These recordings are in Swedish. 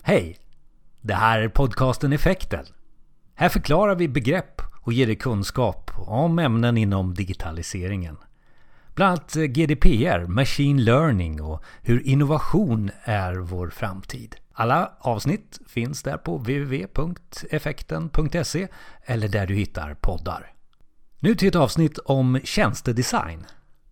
Hej! Det här är podcasten Effekten. Här förklarar vi begrepp och ger dig kunskap om ämnen inom digitaliseringen. Bland annat GDPR, machine learning och hur innovation är vår framtid. Alla avsnitt finns där på www.effekten.se eller där du hittar poddar. Nu till ett avsnitt om tjänstedesign.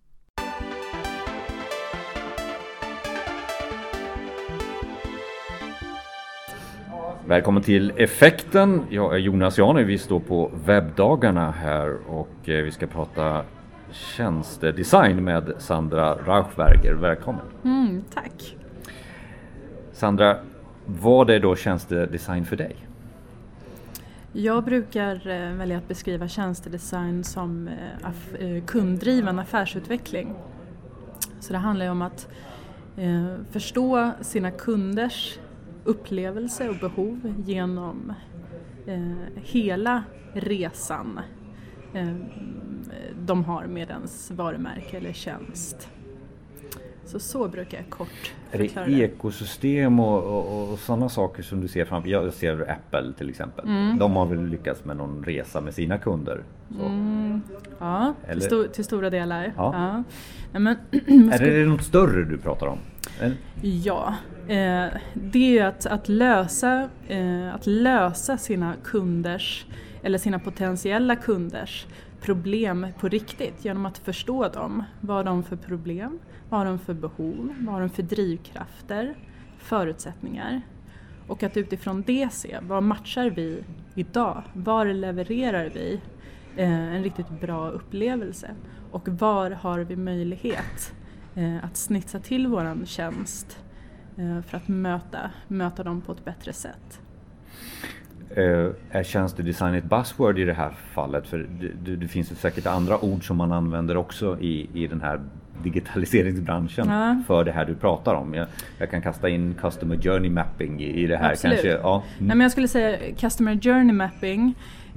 Välkommen till Effekten. Jag är Jonas Jane. Vi står på webbdagarna här och vi ska prata tjänstedesign med Sandra Rauchberger. Välkommen. Tack. Sandra, vad är då tjänstedesign för dig? Jag brukar välja att beskriva tjänstedesign som kunddriven affärsutveckling. Så det handlar ju om att förstå sina kunders upplevelse och behov genom hela resan de har med ens varumärke eller tjänst. Så brukar jag kort förklara det. Är det ekosystem och sådana saker som du ser framför? Jag ser Apple till exempel. De har väl lyckats med någon resa med sina kunder? Ja, till stora delar. Ja. Ja, men, är det något större du pratar om? Ja, det är att lösa sina kunders eller sina potentiella kunders problem på riktigt genom att förstå dem. Vad har de för problem? Vad har de för behov? Vad har de för drivkrafter? Förutsättningar? Och att utifrån det se, vad matchar vi idag? Var levererar vi en riktigt bra upplevelse? Och var har vi möjlighet att snitsa till våran tjänst för att möta dem på ett bättre sätt. Är tjänstedesign ett buzzword i det här fallet? För det finns ju säkert andra ord som man använder också i den här digitaliseringsbranschen för det här du pratar om. Jag kan kasta in customer journey mapping i det här. Absolut. Kanske. Ja. Nej, men jag skulle säga customer journey mapping,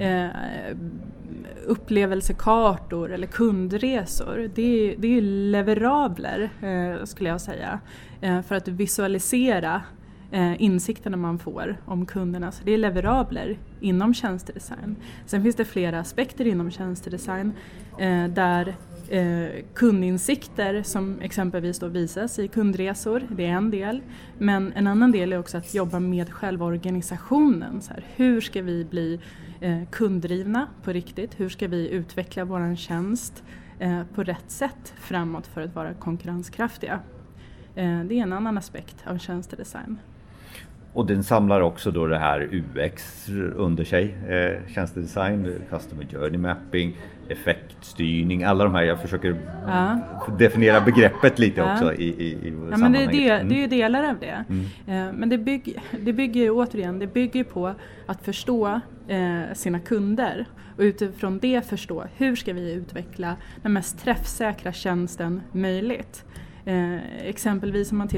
upplevelsekartor eller kundresor. Det är leverabler skulle jag säga för att visualisera insikterna man får om kunderna. Så det är leverabler inom tjänstedesign. Sen finns det flera aspekter inom tjänstedesign där kundinsikter som exempelvis då visas i kundresor, det är en del. Men en annan del är också att jobba med själva organisationen. Så här, hur ska vi bli kunddrivna på riktigt? Hur ska vi utveckla våran tjänst på rätt sätt framåt för att vara konkurrenskraftiga? Det är en annan aspekt av tjänstedesign. Och den samlar också då det här UX under sig. Tjänstedesign, customer journey mapping, effektstyrning, alla de här. Jag försöker definiera begreppet lite också i sammanhanget. Men det är ju delar av det. Men det bygger på att förstå sina kunder. Och utifrån det förstå hur ska vi utveckla den mest träffsäkra tjänsten möjligt. Exempelvis om man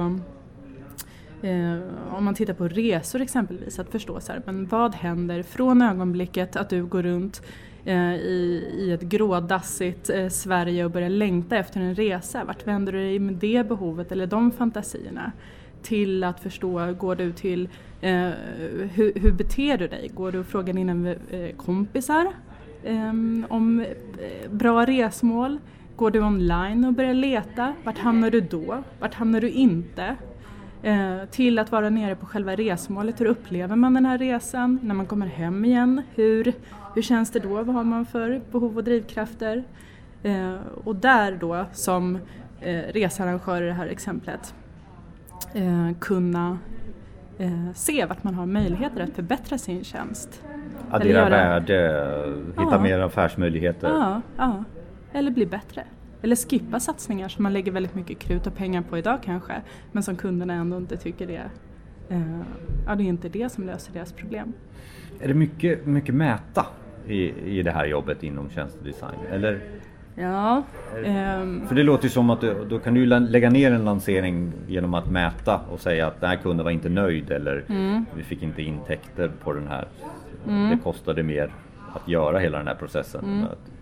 tittar på resor exempelvis, att förstå så här, men vad händer från ögonblicket att du går runt i ett grådassigt Sverige och börjar längta efter en resa, vart vänder du dig med det behovet eller de fantasierna, till att förstå, går du till hur beter du dig, går du och frågar dina kompisar om bra resmål, går du online och börjar leta, vart hamnar du då, vart hamnar du inte? Till att vara nere på själva resmålet. Hur upplever man den här resan? När man kommer hem igen, hur känns det då? Vad har man för behov och drivkrafter? Och där då som researrangör i det här exemplet kunna se vart man har möjligheter att förbättra sin tjänst. Addera värde, hitta mer affärsmöjligheter. Ja, eller bli bättre. Eller skippa satsningar som man lägger väldigt mycket krut och pengar på idag kanske. Men som kunderna ändå inte tycker det är inte det som löser deras problem. Är det mycket mäta i det här jobbet inom tjänstedesign? Eller? Ja. För det låter ju som att då kan du lägga ner en lansering genom att mäta och säga att den här kunden var inte nöjd eller vi fick inte intäkter på den här. Det kostade mer att göra hela den här processen.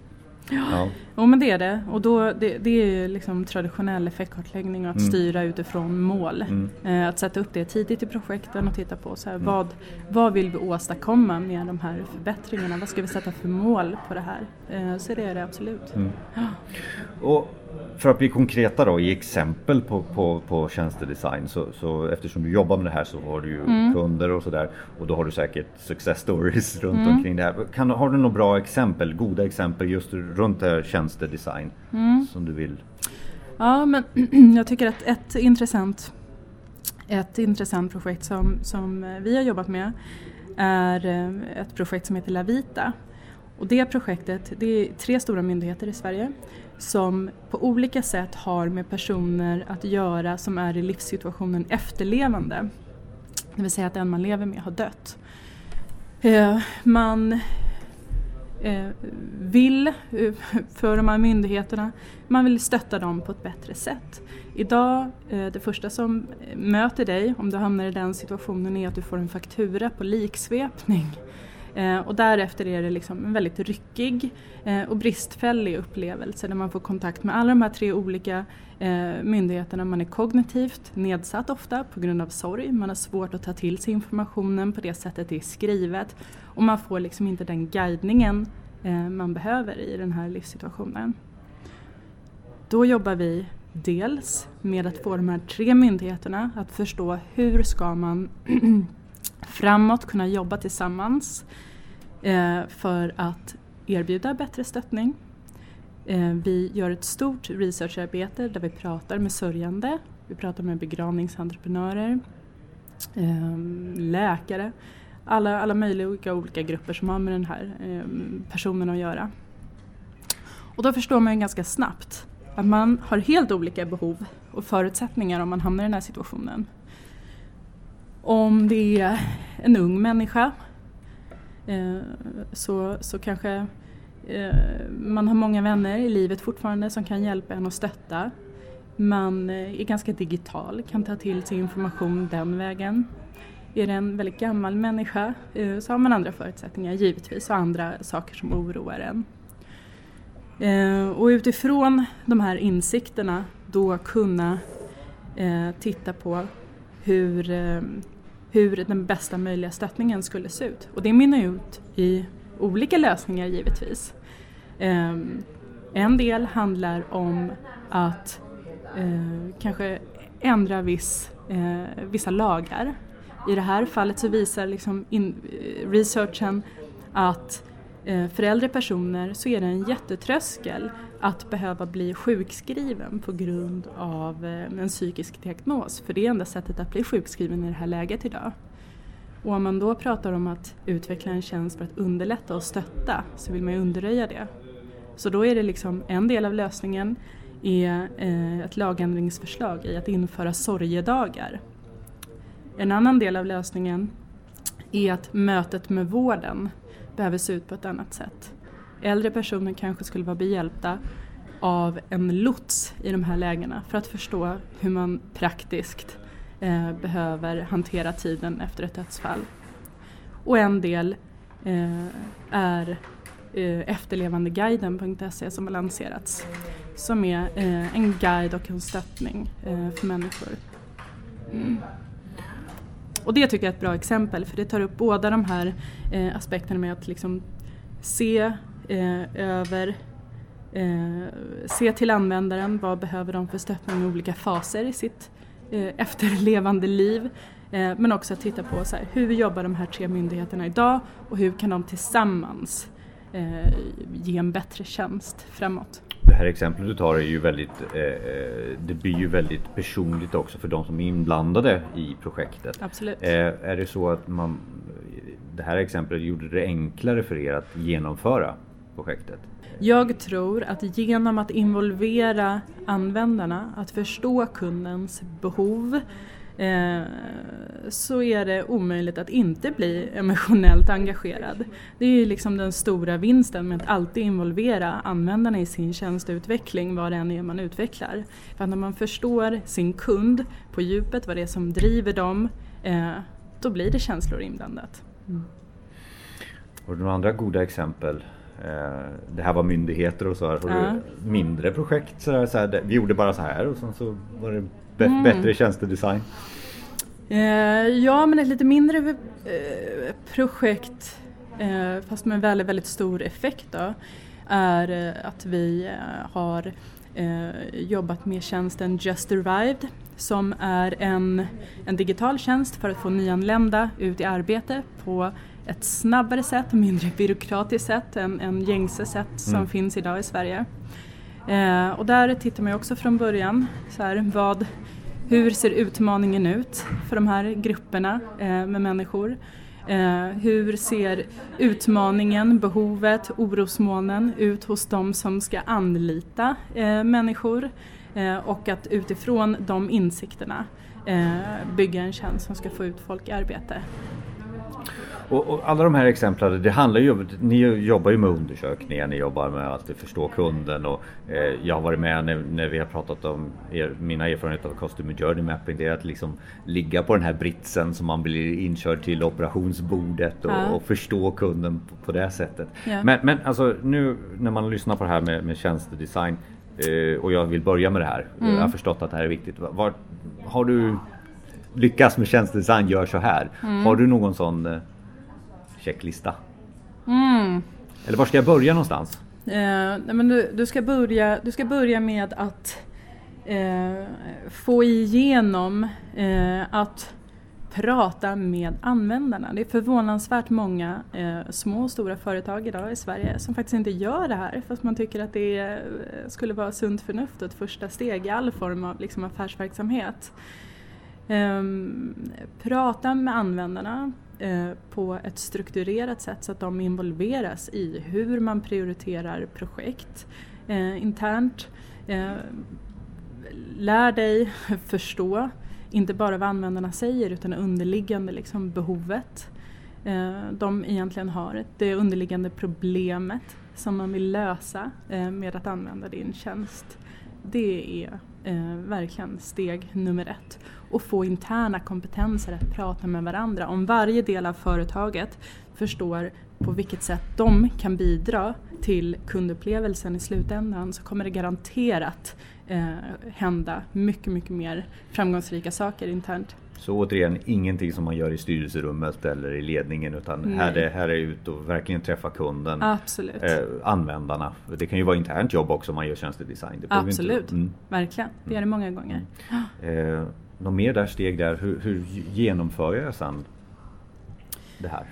Ja, men det är det. Och då, det är liksom traditionell effektkartläggning och att styra utifrån mål. Att sätta upp det tidigt i projekten och titta på så här, vad vill vi åstadkomma med de här förbättringarna? Vad ska vi sätta för mål på det här? Så det är det absolut. Och för att bli konkreta då i exempel på tjänstedesign så eftersom du jobbar med det här så har du ju kunder och sådär och då har du säkert success stories runt omkring det här. Har du några bra exempel, goda exempel just runt det här tjänstedesign som du vill? Ja, men jag tycker att ett intressant projekt som vi har jobbat med är ett projekt som heter Lavita. Och det projektet, det är 3 stora myndigheter i Sverige som på olika sätt har med personer att göra som är i livssituationen efterlevande. Det vill säga att den man lever med har dött. Man vill för de här myndigheterna, man vill stötta dem på ett bättre sätt. Idag, det första som möter dig om du hamnar i den situationen är att du får en faktura på liksvepning. Och därefter är det liksom en väldigt ryckig och bristfällig upplevelse där man får kontakt med alla de här 3 olika myndigheterna. Man är kognitivt nedsatt ofta på grund av sorg. Man har svårt att ta till sig informationen på det sättet det är skrivet. Och man får liksom inte den guidningen man behöver i den här livssituationen. Då jobbar vi dels med att få de här 3 myndigheterna att förstå hur ska man framåt kunna jobba tillsammans för att erbjuda bättre stöttning. Vi gör ett stort researcharbete där vi pratar med sörjande, vi pratar med begravningsentreprenörer, läkare, alla möjliga olika grupper som har med den här personen att göra. Och då förstår man ju ganska snabbt att man har helt olika behov och förutsättningar om man hamnar i den här situationen. Om det är en ung människa så kanske man har många vänner i livet fortfarande som kan hjälpa en och stötta. Man är ganska digital, kan ta till sig information den vägen. Är det en väldigt gammal människa så har man andra förutsättningar givetvis och andra saker som oroar en. Och utifrån de här insikterna då kunna titta på hur den bästa möjliga stöttningen skulle se ut. Och det mynnar ut i olika lösningar givetvis. En del handlar om att kanske ändra vissa lagar. I det här fallet så visar liksom researchen att för äldre personer så är det en jättetröskel att behöva bli sjukskriven på grund av en psykisk diagnos. För det är enda sättet att bli sjukskriven i det här läget idag. Och om man då pratar om att utveckla en tjänst för att underlätta och stötta så vill man ju underröja det. Så då är det liksom en del av lösningen är ett lagändringsförslag i att införa sorgedagar. En annan del av lösningen är att mötet med vården behöver se ut på ett annat sätt. Äldre personer kanske skulle vara behjälpta av en lots i de här lägena för att förstå hur man praktiskt behöver hantera tiden efter ett dödsfall. Och en del är efterlevandeguiden.se som har lanserats som är en guide och en stöttning för människor. Och det tycker jag är ett bra exempel för det tar upp båda de här aspekterna med att liksom se till användaren, vad behöver de för stöttning i olika faser i sitt efterlevande liv. Men också att titta på så här, hur jobbar de här 3 myndigheterna idag och hur kan de tillsammans ge en bättre tjänst framåt. Det här exemplet du tar är ju det blir ju väldigt personligt också för de som är inblandade i projektet. Absolut. Är det så att det här exemplet gjorde det enklare för er att genomföra projektet? Jag tror att genom att involvera användarna, att förstå kundens behov så är det omöjligt att inte bli emotionellt engagerad. Det är liksom den stora vinsten med att alltid involvera användarna i sin tjänsteutveckling, vad det än är man utvecklar. För att när man förstår sin kund på djupet, vad det är som driver dem, då blir det känslor inblandat. Har du några andra goda exempel det här var myndigheter och så här. Har du mindre projekt så här, vi gjorde bara så här och sen så var det bättre tjänstedesign? Ja, men ett lite mindre projekt fast med väldigt, väldigt stor effekt då, är att vi har jobbat med tjänsten Just Arrived, som är en digital tjänst för att få nyanlända ut i arbete på ett snabbare sätt och mindre byråkratiskt sätt än gängse sätt som finns idag i Sverige. Och där tittar man också från början så här, hur ser utmaningen ut för de här grupperna med människor? Hur ser utmaningen, behovet, orosmolnen ut hos de som ska anlita människor? Och att utifrån de insikterna bygga en tjänst som ska få ut folk i arbete. Och alla de här exemplen, det handlar ju, ni jobbar ju med undersökningar, ni jobbar med att förstå kunden och jag har varit med när vi har pratat om mina erfarenheter av Customer Journey Mapping, det är att liksom ligga på den här britsen som man blir inkörd till operationsbordet och förstå kunden på det sättet. Ja. Men alltså nu när man lyssnar på det här med tjänstedesign och jag vill börja med det här, jag har förstått att det här är viktigt. Har du lyckats med tjänstedesign, gör så här? Har du någon sån checklista? Eller var ska jag börja någonstans? Men du ska börja med att få igenom att prata med användarna. Det är förvånansvärt många små och stora företag idag i Sverige som faktiskt inte gör det här, fast man tycker att det skulle vara sunt förnuft och ett första steg i all form av liksom affärsverksamhet. Prata med användarna på ett strukturerat sätt så att de involveras i hur man prioriterar projekt internt. Lär dig förstå inte bara vad användarna säger utan det underliggande liksom behovet de egentligen har. Det underliggande problemet som man vill lösa med att använda din tjänst. Det är verkligen steg nummer 1. Och få interna kompetenser att prata med varandra. Om varje del av företaget förstår på vilket sätt de kan bidra till kundupplevelsen i slutändan, så kommer det garanterat hända mycket, mycket mer framgångsrika saker internt. Så återigen, ingenting som man gör i styrelserummet eller i ledningen, utan här är ut och verkligen träffa kunden. Absolut. Användarna. Det kan ju vara internt jobb också om man gör tjänstedesign. Absolut, verkligen. Det är det många gånger. Något mer där steg där, hur genomför jag sedan det här?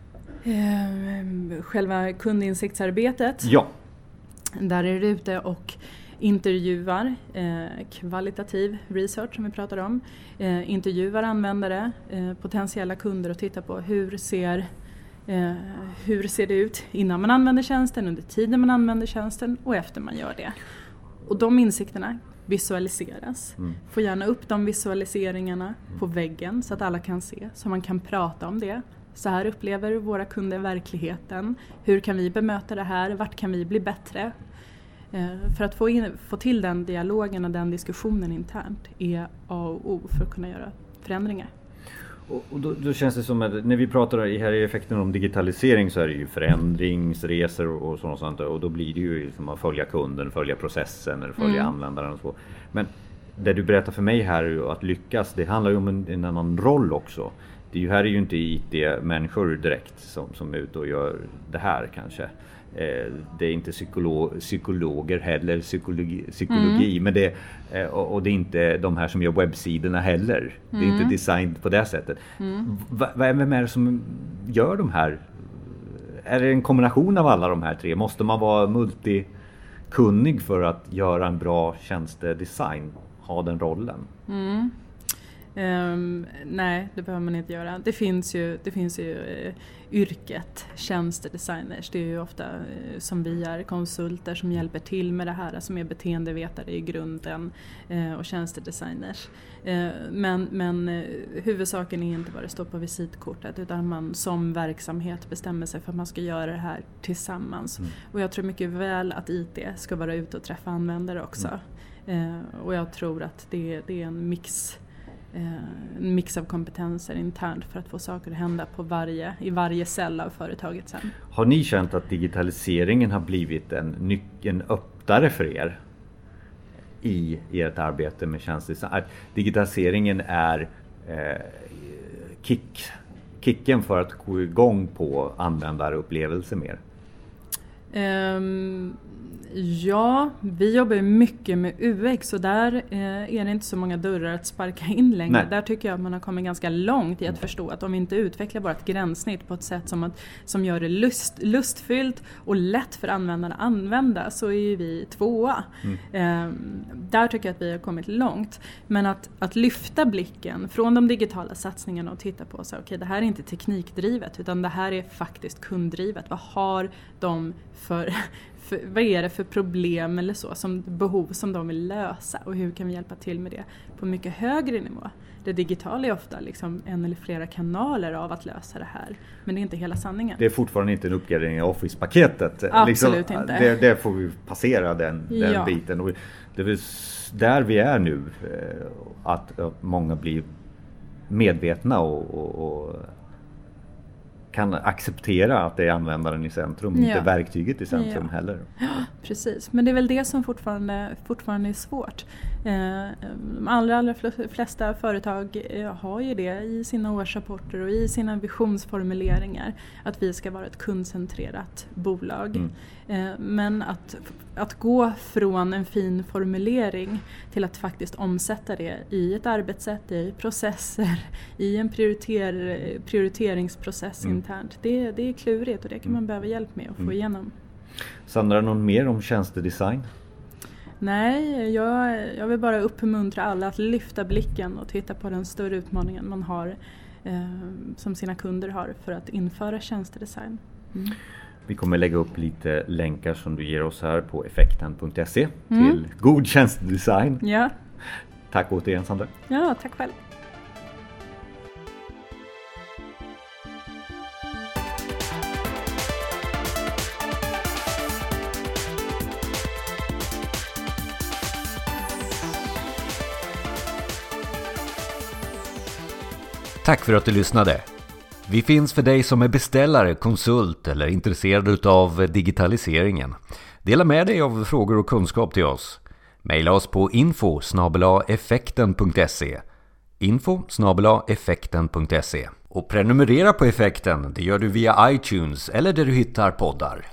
Själva kundinsiktsarbetet. Ja. Där är det ute och intervjuar, kvalitativ research som vi pratar om, intervjuar användare, potentiella kunder och tittar på hur ser det ut innan man använder tjänsten, under tiden man använder tjänsten och efter man gör det. Och de insikterna visualiseras. Få gärna upp de visualiseringarna på väggen så att alla kan se, så man kan prata om det. Så här upplever våra kunder verkligheten. Hur kan vi bemöta det här? Vart kan vi bli bättre? För att få till den dialogen och den diskussionen internt är A och O för att kunna göra förändringar. Och då känns det som att när vi pratar här i effekten om digitalisering så är det ju förändringsresor och sånt, och då blir det ju liksom att följa kunden, följa processen eller följa användaren och så. Men det du berättar för mig här, att lyckas, det handlar ju om en annan roll också. Det är ju inte IT-människor direkt som är ute och gör det här kanske. Det är inte psykologer heller, psykologi, men det är inte de här som gör webbsidorna heller. Det är inte design på det sättet. Vem är det som gör de här? Är det en kombination av alla de här tre? Måste man vara multikunnig för att göra en bra tjänstedesign? Ha den rollen? Nej, det behöver man inte göra. Det finns ju yrket tjänstedesigners. Det är ju ofta som vi är konsulter som hjälper till med det här, som är beteendevetare i grunden och tjänstedesigners. Men huvudsaken är inte bara att stå på visitkortet, utan man som verksamhet bestämmer sig för att man ska göra det här tillsammans. Och jag tror mycket väl att IT ska vara ute och träffa användare också. Och jag tror att det är en mix en mix av kompetenser internt för att få saker att hända i varje cell av företaget sen. Har ni känt att digitaliseringen har blivit en öppnare för er i ert arbete med tjänstedesign? Att digitaliseringen är kicken för att gå igång på användarupplevelser mer? Ja, vi jobbar ju mycket med UX och där är det inte så många dörrar att sparka in längre. Nej. Där tycker jag att man har kommit ganska långt i att förstå att om vi inte utvecklar vårt gränssnitt på ett sätt som gör det lustfyllt och lätt för användarna att använda, så är ju vi tvåa. Där tycker jag att vi har kommit långt. Men att lyfta blicken från de digitala satsningarna och titta på så okej, det här är inte teknikdrivet utan det här är faktiskt kunddrivet. Vad har de vad är det för problem eller så, som behov som de vill lösa och hur kan vi hjälpa till med det på mycket högre nivå? Det digitala är ofta liksom en eller flera kanaler av att lösa det här, men det är inte hela sanningen. Det är fortfarande inte en uppgradering av Office-paketet. Absolut inte. Det får vi passera den biten. Och det är väl där vi är nu, att många blir medvetna och kan acceptera att det är användaren i centrum, inte verktyget i centrum heller. Ja, precis. Men det är väl det som fortfarande är svårt. De allra flesta företag har ju det i sina årsrapporter och i sina visionsformuleringar, att vi ska vara ett kundcentrerat bolag. Men att gå från en fin formulering till att faktiskt omsätta det i ett arbetssätt, i processer, i en prioriteringsprocess internt. Det är klurigt och det kan man behöva hjälp med att få igenom. Sandra, någon mer om tjänstedesign? Nej, jag vill bara uppmuntra alla att lyfta blicken och titta på den större utmaningen man har som sina kunder har för att införa tjänstedesign. Vi kommer lägga upp lite länkar som du ger oss här på effekten.se till god tjänstedesign. Ja. Tack återigen, Sandra. Ja, tack själv. Tack för att du lyssnade. Vi finns för dig som är beställare, konsult eller intresserad av digitaliseringen. Dela med dig av frågor och kunskap till oss. Maila oss på info@effekten.se. info@effekten.se. Och prenumerera på Effekten, det gör du via iTunes eller där du hittar poddar.